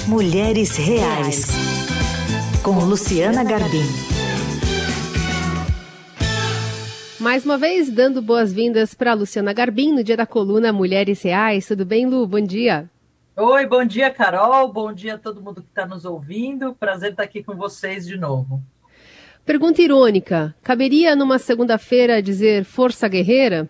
Mulheres Reais, com Luciana Garbim. Mais uma vez, dando boas-vindas para a Luciana Garbim no dia da coluna Mulheres Reais. Tudo bem, Lu? Bom dia. Oi, bom dia, Carol. Bom dia a todo mundo que está nos ouvindo. Prazer estar aqui com vocês de novo. Pergunta irônica. Caberia numa segunda-feira dizer força guerreira?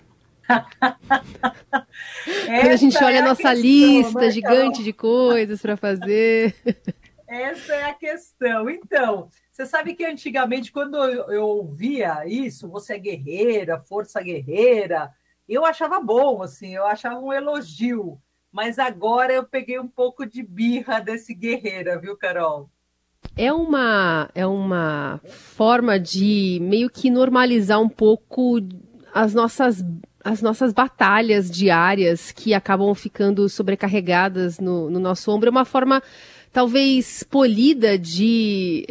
Quando a gente olha a nossa lista, né, gigante de coisas para fazer. Essa é a questão. Então, você sabe que antigamente, quando eu ouvia isso, você é guerreira, força guerreira, eu achava bom, assim, eu achava um elogio. Mas agora eu peguei um pouco de birra desse guerreira, viu, Carol? É uma forma de meio que normalizar um pouco as nossas batalhas diárias que acabam ficando sobrecarregadas no nosso ombro. É uma forma talvez polida de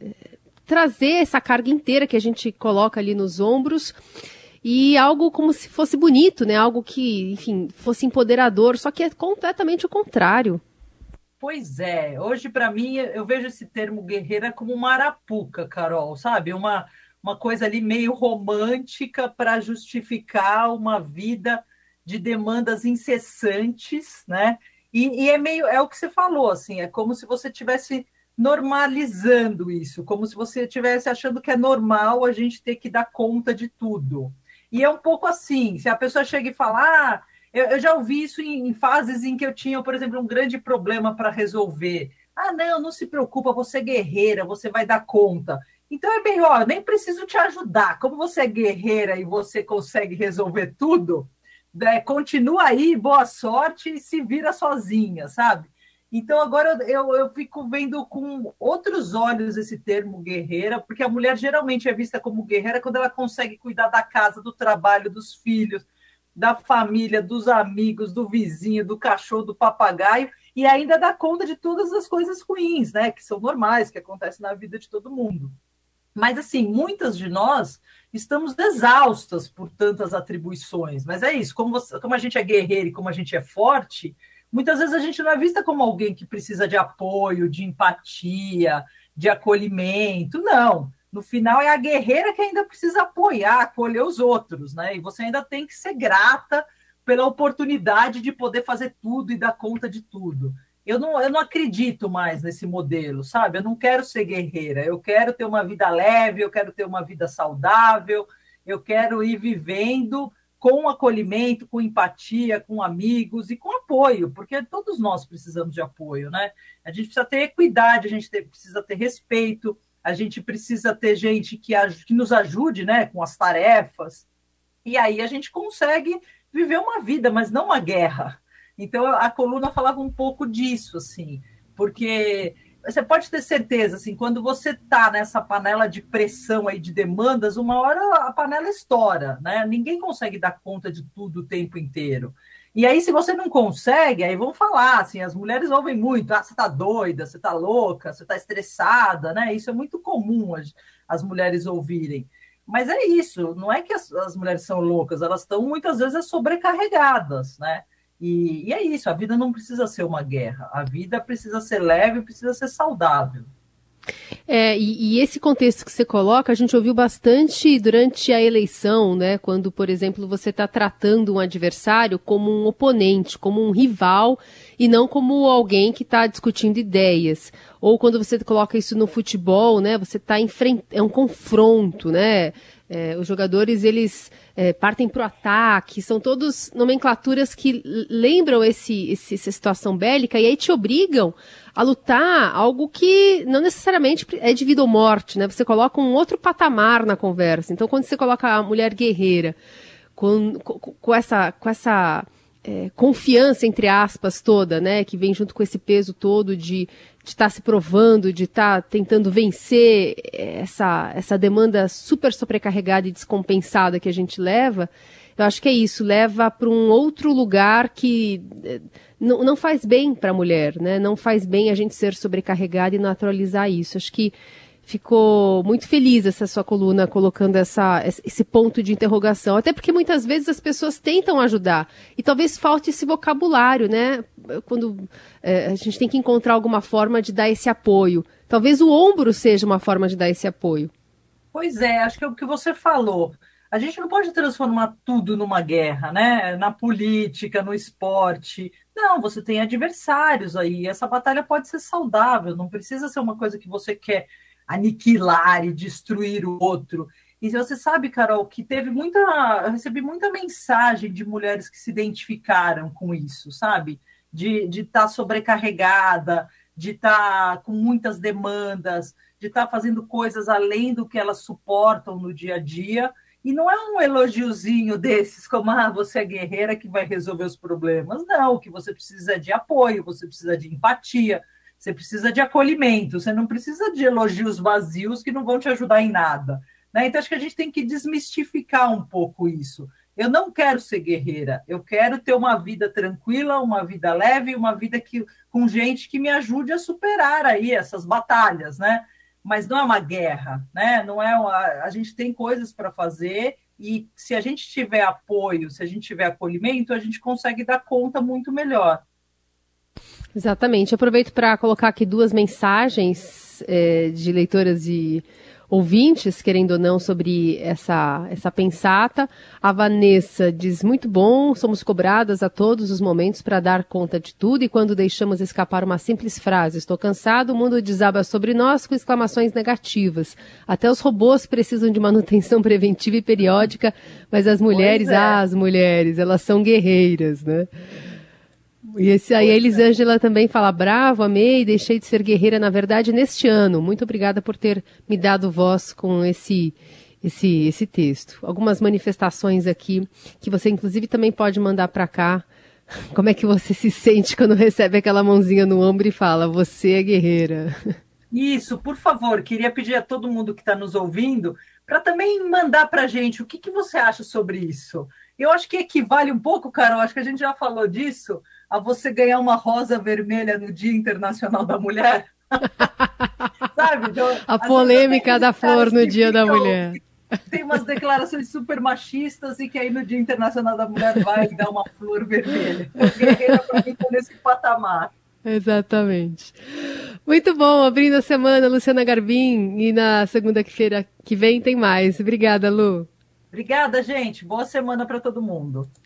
trazer essa carga inteira que a gente coloca ali nos ombros e algo como se fosse bonito, né? Algo que, enfim, fosse empoderador, só que é completamente o contrário. Pois é, hoje para mim eu vejo esse termo guerreira como uma arapuca, Carol, sabe? Uma coisa ali meio romântica para justificar uma vida de demandas incessantes, né? E é o que você falou, assim, é como se você estivesse normalizando isso, como se você estivesse achando que é normal a gente ter que dar conta de tudo. E é um pouco assim, se a pessoa chega e fala, eu já ouvi isso em fases em que eu tinha, por exemplo, um grande problema para resolver. Não se preocupa, você é guerreira, você vai dar conta. Então é bem, nem preciso te ajudar. Como você é guerreira e você consegue resolver tudo, continua aí, boa sorte e se vira sozinha, sabe? Então agora eu fico vendo com outros olhos esse termo guerreira, porque a mulher geralmente é vista como guerreira quando ela consegue cuidar da casa, do trabalho, dos filhos, da família, dos amigos, do vizinho, do cachorro, do papagaio, e ainda dá conta de todas as coisas ruins, né? Que são normais, que acontecem na vida de todo mundo. Mas, assim, muitas de nós estamos exaustas por tantas atribuições. Mas é isso, como a gente é guerreiro e como a gente é forte, muitas vezes a gente não é vista como alguém que precisa de apoio, de empatia, de acolhimento. Não. No final, é a guerreira que ainda precisa apoiar, acolher os outros, né? E você ainda tem que ser grata pela oportunidade de poder fazer tudo e dar conta de tudo. Eu não acredito mais nesse modelo, sabe? Eu não quero ser guerreira, eu quero ter uma vida leve, eu quero ter uma vida saudável, eu quero ir vivendo com acolhimento, com empatia, com amigos e com apoio, porque todos nós precisamos de apoio, né? A gente precisa ter equidade, precisa ter respeito, a gente precisa ter gente que nos ajude, né, com as tarefas, e aí a gente consegue viver uma vida, mas não uma guerra. Então, a coluna falava um pouco disso, assim, porque você pode ter certeza, assim, quando você está nessa panela de pressão aí de demandas, uma hora a panela estoura, né? Ninguém consegue dar conta de tudo o tempo inteiro. E aí, se você não consegue, aí vão falar, assim, as mulheres ouvem muito, você está doida, você está louca, você está estressada, né? Isso é muito comum as mulheres ouvirem. Mas é isso, não é que as mulheres são loucas, elas estão muitas vezes sobrecarregadas, né? E é isso, a vida não precisa ser uma guerra, a vida precisa ser leve, precisa ser saudável. E esse contexto que você coloca, a gente ouviu bastante durante a eleição, né? Quando, por exemplo, você está tratando um adversário como um oponente, como um rival, e não como alguém que está discutindo ideias. Ou quando você coloca isso no futebol, né? Você está é um confronto, né? Os jogadores, eles partem para o ataque, são todos nomenclaturas que lembram essa situação bélica e aí te obrigam a lutar algo que não necessariamente é de vida ou morte, né? Você coloca um outro patamar na conversa. Então, quando você coloca a mulher guerreira com essa confiança, entre aspas, toda, né? Que vem junto com esse peso todo de estar se provando, de estar tentando vencer essa demanda super sobrecarregada e descompensada que a gente leva, eu acho que é isso, leva para um outro lugar que não faz bem para a mulher, né? Não faz bem a gente ser sobrecarregada e naturalizar isso. Acho que ficou muito feliz essa sua coluna colocando esse ponto de interrogação. Até porque muitas vezes as pessoas tentam ajudar e talvez falte esse vocabulário, né? Quando a gente tem que encontrar alguma forma de dar esse apoio. Talvez o ombro seja uma forma de dar esse apoio. Pois é, acho que é o que você falou. A gente não pode transformar tudo numa guerra, né? Na política, no esporte. Não, você tem adversários aí. Essa batalha pode ser saudável, não precisa ser uma coisa que você quer aniquilar e destruir o outro. E você sabe, Carol, que eu recebi muita mensagem de mulheres que se identificaram com isso, sabe? De estar sobrecarregada, de estar com muitas demandas, de estar fazendo coisas além do que elas suportam no dia a dia. E não é um elogiozinho desses, como você é guerreira que vai resolver os problemas. Não, o que você precisa é de apoio, você precisa de empatia, você precisa de acolhimento, você não precisa de elogios vazios que não vão te ajudar em nada. Né? Então, acho que a gente tem que desmistificar um pouco isso. Eu não quero ser guerreira, eu quero ter uma vida tranquila, uma vida leve, uma vida com gente que me ajude a superar aí essas batalhas, né? Mas não é uma guerra, né? Não é a gente tem coisas para fazer e se a gente tiver apoio, se a gente tiver acolhimento, a gente consegue dar conta muito melhor. Exatamente. Aproveito para colocar aqui duas mensagens de leitoras e ouvintes, querendo ou não, sobre essa pensata. A Vanessa diz, muito bom, somos cobradas a todos os momentos para dar conta de tudo e quando deixamos escapar uma simples frase, estou cansado, o mundo desaba sobre nós com exclamações negativas. Até os robôs precisam de manutenção preventiva e periódica, mas as mulheres, as mulheres, elas são guerreiras, né? E a Elisângela também fala, bravo, amei, deixei de ser guerreira, na verdade, neste ano. Muito obrigada por ter me dado voz com esse texto. Algumas manifestações aqui, que você inclusive também pode mandar para cá. Como é que você se sente quando recebe aquela mãozinha no ombro e fala, você é guerreira? Isso, por favor, queria pedir a todo mundo que está nos ouvindo para também mandar para a gente o que você acha sobre isso. Eu acho que equivale um pouco, Carol, acho que a gente já falou disso, a você ganhar uma rosa vermelha no Dia Internacional da Mulher. Sabe? Então, a polêmica da flor no Dia da Mulher. Tem umas declarações super machistas e que aí no Dia Internacional da Mulher vai dar uma flor vermelha. A guerreira para mim está nesse patamar. Exatamente. Muito bom, abrindo a semana, Luciana Garbim, e na segunda-feira que vem tem mais. Obrigada, Lu. Obrigada, gente. Boa semana para todo mundo.